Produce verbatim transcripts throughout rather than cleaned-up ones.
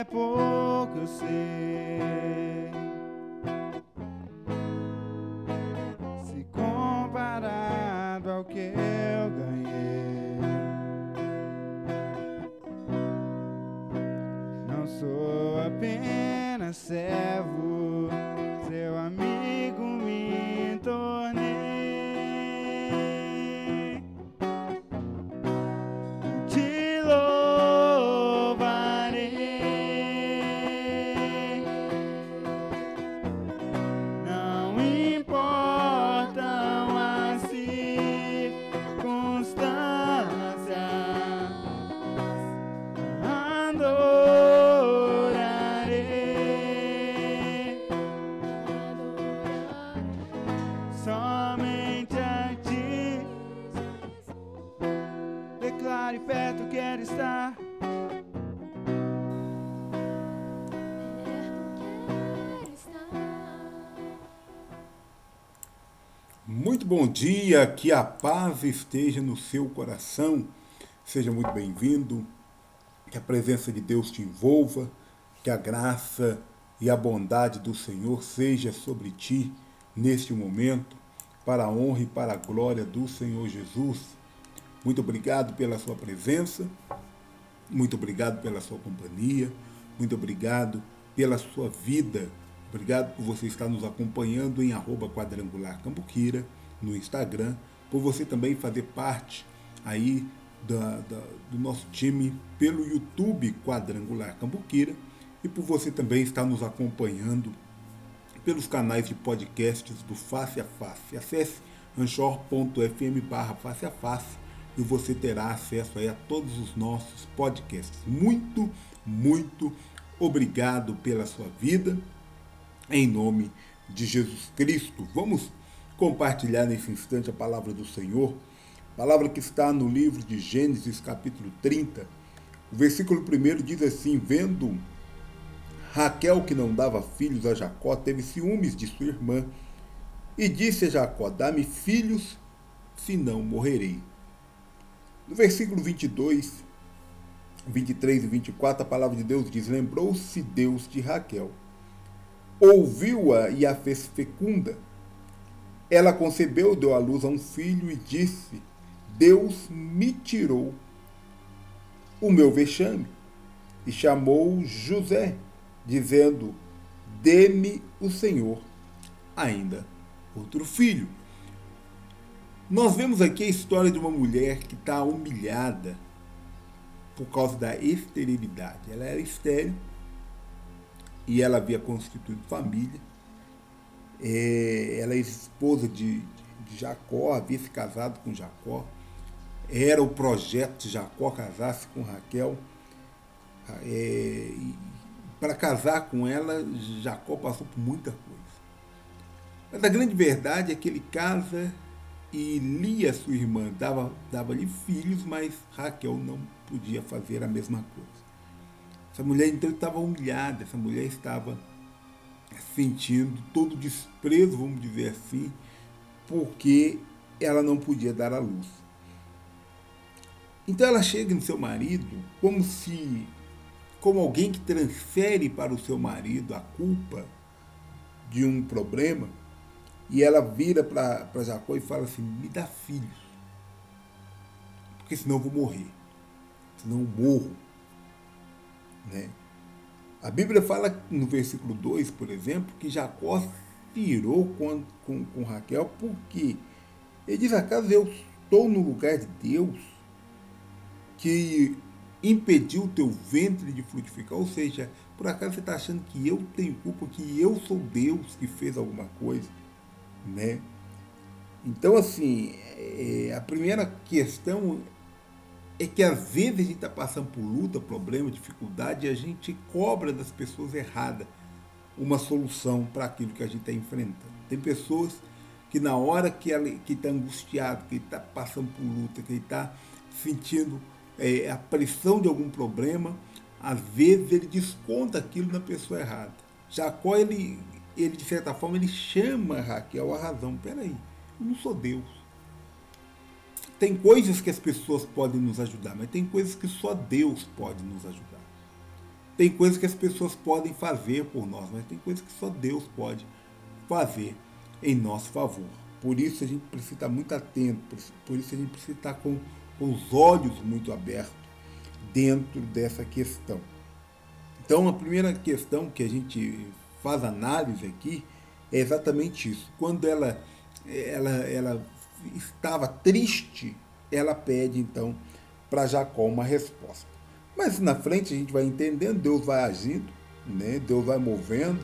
pouco eu sei, se comparado ao que eu ganhei. Não sou apenas servo, seu amigo me tornei. Te louvarei, não importam as circunstâncias, adorarei somente a ti. Declare perto, quero estar. Muito bom dia, que a paz esteja no seu coração. Seja muito bem-vindo, que a presença de Deus te envolva, que a graça e a bondade do Senhor seja sobre ti neste momento, para a honra e para a glória do Senhor Jesus. Muito obrigado pela sua presença, muito obrigado pela sua companhia, muito obrigado pela sua vida. Obrigado por você estar nos acompanhando em arroba quadrangular cambuquira no Instagram, por você também fazer parte aí da, da, do nosso time pelo YouTube Quadrangular Cambuquira e por você também estar nos acompanhando pelos canais de podcasts do Face a Face. Acesse anchor ponto f m barra face a face e você terá acesso aí a todos os nossos podcasts. Muito, muito obrigado pela sua vida. Em nome de Jesus Cristo, vamos compartilhar nesse instante a palavra do Senhor, palavra que está no livro de Gênesis, capítulo trinta. O versículo primeiro diz assim: vendo Raquel que não dava filhos a Jacó, teve ciúmes de sua irmã, e disse a Jacó: dá-me filhos, senão morrerei. No versículo vinte e dois, vinte e três e vinte e quatro, a palavra de Deus diz: lembrou-se Deus de Raquel, ouviu-a e a fez fecunda. Ela concebeu, deu à luz a um filho e disse: Deus me tirou o meu vexame. E chamou José, dizendo: dê-me o Senhor ainda outro filho. Nós vemos aqui a história de uma mulher que está humilhada por causa da esterilidade. Ela era estéril e ela havia constituído família. É, ela é esposa de, de Jacó, havia se casado com Jacó. Era o projeto de Jacó casar-se com Raquel. É, para casar com ela, Jacó passou por muita coisa. Mas a grande verdade é que ele casa e Lia, sua irmã, dava, dava-lhe filhos, mas Raquel não podia fazer a mesma coisa. Essa mulher então estava humilhada, essa mulher estava sentindo todo o desprezo, vamos dizer assim, porque ela não podia dar à luz. Então ela chega no seu marido como se, como alguém que transfere para o seu marido a culpa de um problema, e ela vira para Jacó e fala assim: me dá filhos, porque senão eu vou morrer, senão eu morro. Né? A Bíblia fala no versículo dois, por exemplo, que Jacó virou com, com, com Raquel porque ele diz: acaso eu estou no lugar de Deus que impediu o teu ventre de frutificar? Ou seja, por acaso você está achando que eu tenho culpa, que eu sou Deus que fez alguma coisa? Né? Então, assim, é, a primeira questão é que às vezes a gente está passando por luta, problema, dificuldade, e a gente cobra das pessoas erradas uma solução para aquilo que a gente está enfrentando. Tem pessoas que na hora que ela que está angustiado, que está passando por luta, que está sentindo é, a pressão de algum problema, às vezes ele desconta aquilo na pessoa errada. Jacó, ele, ele de certa forma, ele chama Raquel a razão. Peraí, eu não sou Deus. Tem coisas que as pessoas podem nos ajudar, mas tem coisas que só Deus pode nos ajudar. Tem coisas que as pessoas podem fazer por nós, mas tem coisas que só Deus pode fazer em nosso favor. Por isso a gente precisa estar muito atento, por isso a gente precisa estar com, com os olhos muito abertos dentro dessa questão. Então, a primeira questão que a gente faz análise aqui é exatamente isso. Quando ela, ela, ela estava triste, ela pede, então, para Jacó uma resposta. Mas na frente a gente vai entendendo, Deus vai agindo, né? Deus vai movendo,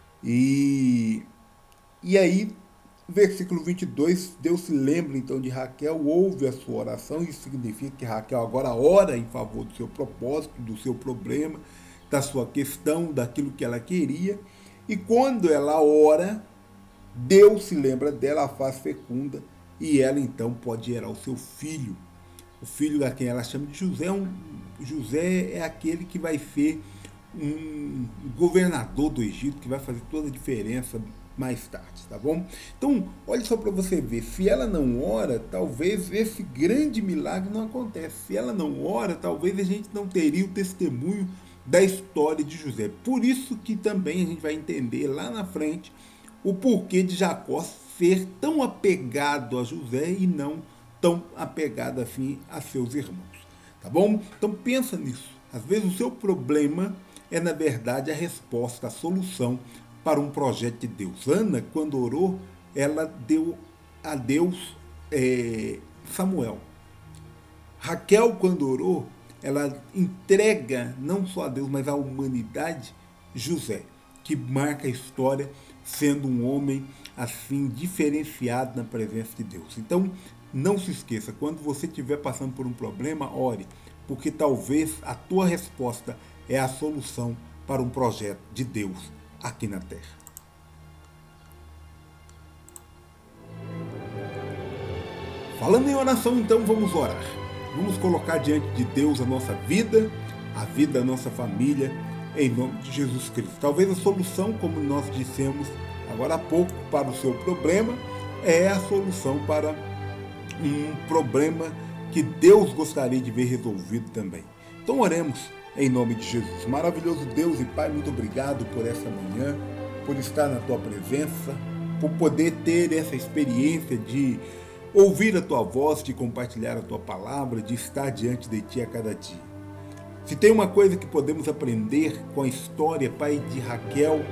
e, e aí, versículo vinte e dois, Deus se lembra então de Raquel, ouve a sua oração, isso significa que Raquel agora ora em favor do seu propósito, do seu problema, da sua questão, daquilo que ela queria, e quando ela ora, Deus se lembra dela, a faz fecunda, e ela então pode gerar o seu filho. O filho a quem ela chama de José, um, José é aquele que vai ser um governador do Egito, que vai fazer toda a diferença mais tarde, tá bom? Então, olha só para você ver, se ela não ora, talvez esse grande milagre não acontece. Se ela não ora, talvez a gente não teria o testemunho da história de José. Por isso que também a gente vai entender lá na frente o porquê de Jacó ser tão apegado a José e não tão apegado assim a seus irmãos, tá bom? Então pensa nisso. Às vezes o seu problema é na verdade a resposta, a solução para um projeto de Deus. Ana, quando orou, ela deu a Deus é, Samuel. Raquel, quando orou, ela entrega não só a Deus, mas à humanidade, José, que marca a história sendo um homem assim diferenciado na presença de Deus. Então, não se esqueça, quando você estiver passando por um problema, ore, porque talvez a tua resposta é a solução para um projeto de Deus aqui na Terra. Falando em oração, então vamos orar. Vamos colocar diante de Deus a nossa vida, a vida da nossa família, em nome de Jesus Cristo. Talvez a solução, como nós dissemos agora há pouco, para o seu problema, é a solução para um problema que Deus gostaria de ver resolvido também. Então oremos em nome de Jesus. Maravilhoso Deus e Pai, muito obrigado por essa manhã, por estar na Tua presença, por poder ter essa experiência de ouvir a Tua voz, de compartilhar a Tua palavra, de estar diante de Ti a cada dia. Se tem uma coisa que podemos aprender com a história, Pai, de Raquel,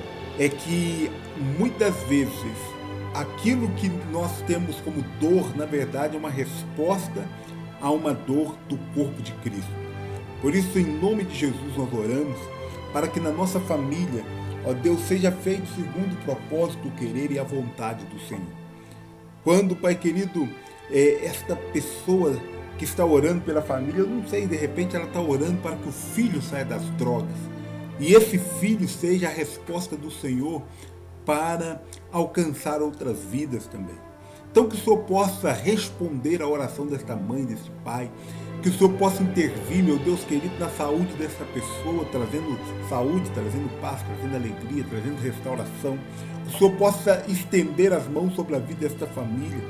é que muitas vezes aquilo que nós temos como dor, na verdade, é uma resposta a uma dor do corpo de Cristo. Por isso, em nome de Jesus, nós oramos para que na nossa família, ó Deus, seja feito segundo o propósito, o querer e a vontade do Senhor. Quando, Pai querido, é, esta pessoa que está orando pela família, eu não sei, de repente ela está orando para que o filho saia das drogas. E esse filho seja a resposta do Senhor para alcançar outras vidas também. Então que o Senhor possa responder à oração desta mãe, deste pai, que o Senhor possa intervir, meu Deus querido, na saúde dessa pessoa, trazendo saúde, trazendo paz, trazendo alegria, trazendo restauração. Que o Senhor possa estender as mãos sobre a vida desta família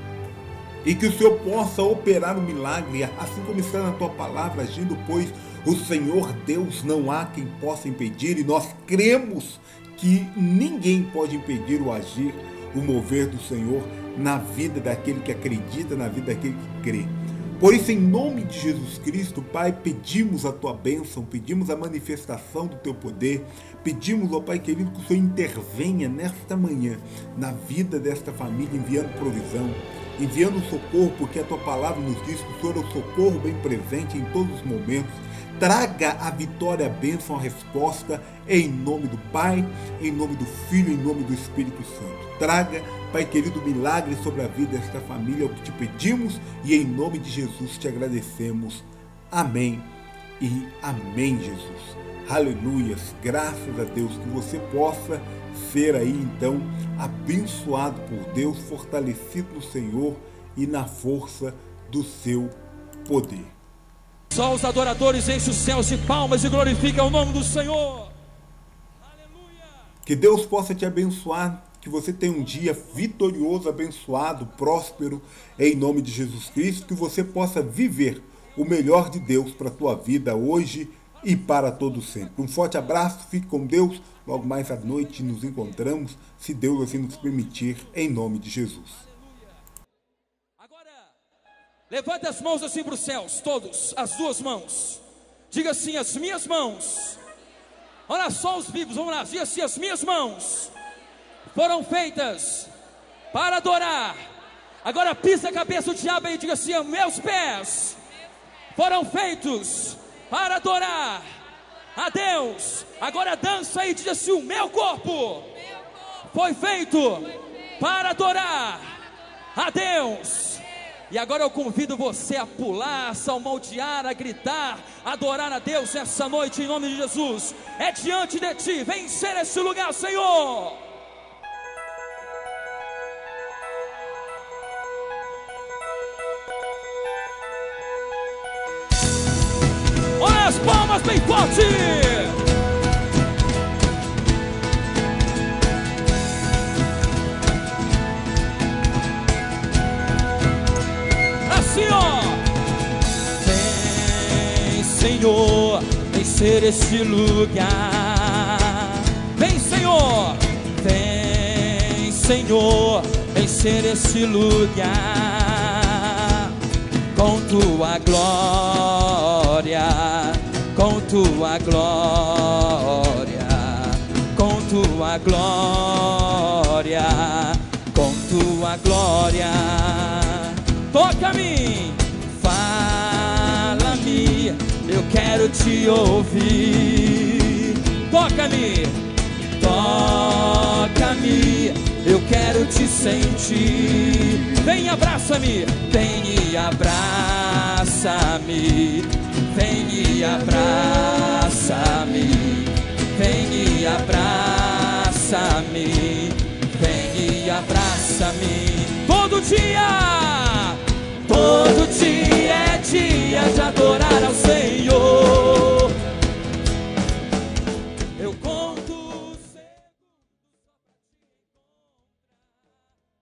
e que o Senhor possa operar um milagre, assim como está na Tua palavra, agindo, pois o Senhor Deus não há quem possa impedir, e nós cremos que ninguém pode impedir o agir, o mover do Senhor na vida daquele que acredita, na vida daquele que crê. Por isso, em nome de Jesus Cristo, Pai, pedimos a Tua bênção, pedimos a manifestação do Teu poder, pedimos, ó Pai querido, que o Senhor intervenha nesta manhã, na vida desta família, enviando provisão, enviando socorro, porque a Tua palavra nos diz que o Senhor é o socorro bem presente em todos os momentos. Traga a vitória, a bênção, a resposta, em nome do Pai, em nome do Filho, em nome do Espírito Santo. Traga, Pai querido, milagre sobre a vida desta família, é o que te pedimos, e em nome de Jesus te agradecemos. Amém e amém, Jesus. Aleluias, graças a Deus, que você possa ser aí, então, abençoado por Deus, fortalecido no Senhor e na força do seu poder. Só os adoradores enchem os céus de palmas e glorificam o nome do Senhor. Aleluia. Que Deus possa te abençoar, que você tenha um dia vitorioso, abençoado, próspero, em nome de Jesus Cristo, que você possa viver o melhor de Deus para a tua vida hoje e para todo sempre. Um forte abraço, fique com Deus. Logo mais à noite nos encontramos, se Deus assim nos permitir, em nome de Jesus. Agora, levante as mãos assim para os céus, todos, as duas mãos. Diga assim: as minhas mãos. Olha só os vivos, vamos lá, diga assim: as minhas mãos foram feitas para adorar. Agora pisa a cabeça do diabo e diga assim: meus pés foram feitos para adorar a Deus. Agora dança e diz assim: o meu corpo foi feito para adorar a Deus. E agora eu convido você a pular, a salmodiar, a gritar, a adorar a Deus essa noite em nome de Jesus. É diante de ti, vencer esse lugar, Senhor. Olha as palmas bem forte. Assim, ó. Vem, Senhor, vencer este lugar. Vem, Senhor. Vem, Senhor, vencer este lugar. Com tua glória, com tua glória, com tua glória, com tua glória. Toca-me, fala-me, eu quero te ouvir. Toca-me, toca-me, eu quero te sentir. Vem, abraça-me, vem e abraça-me. Vem e abraça-me. Vem e abraça-me. Vem e abraça-me. Todo dia.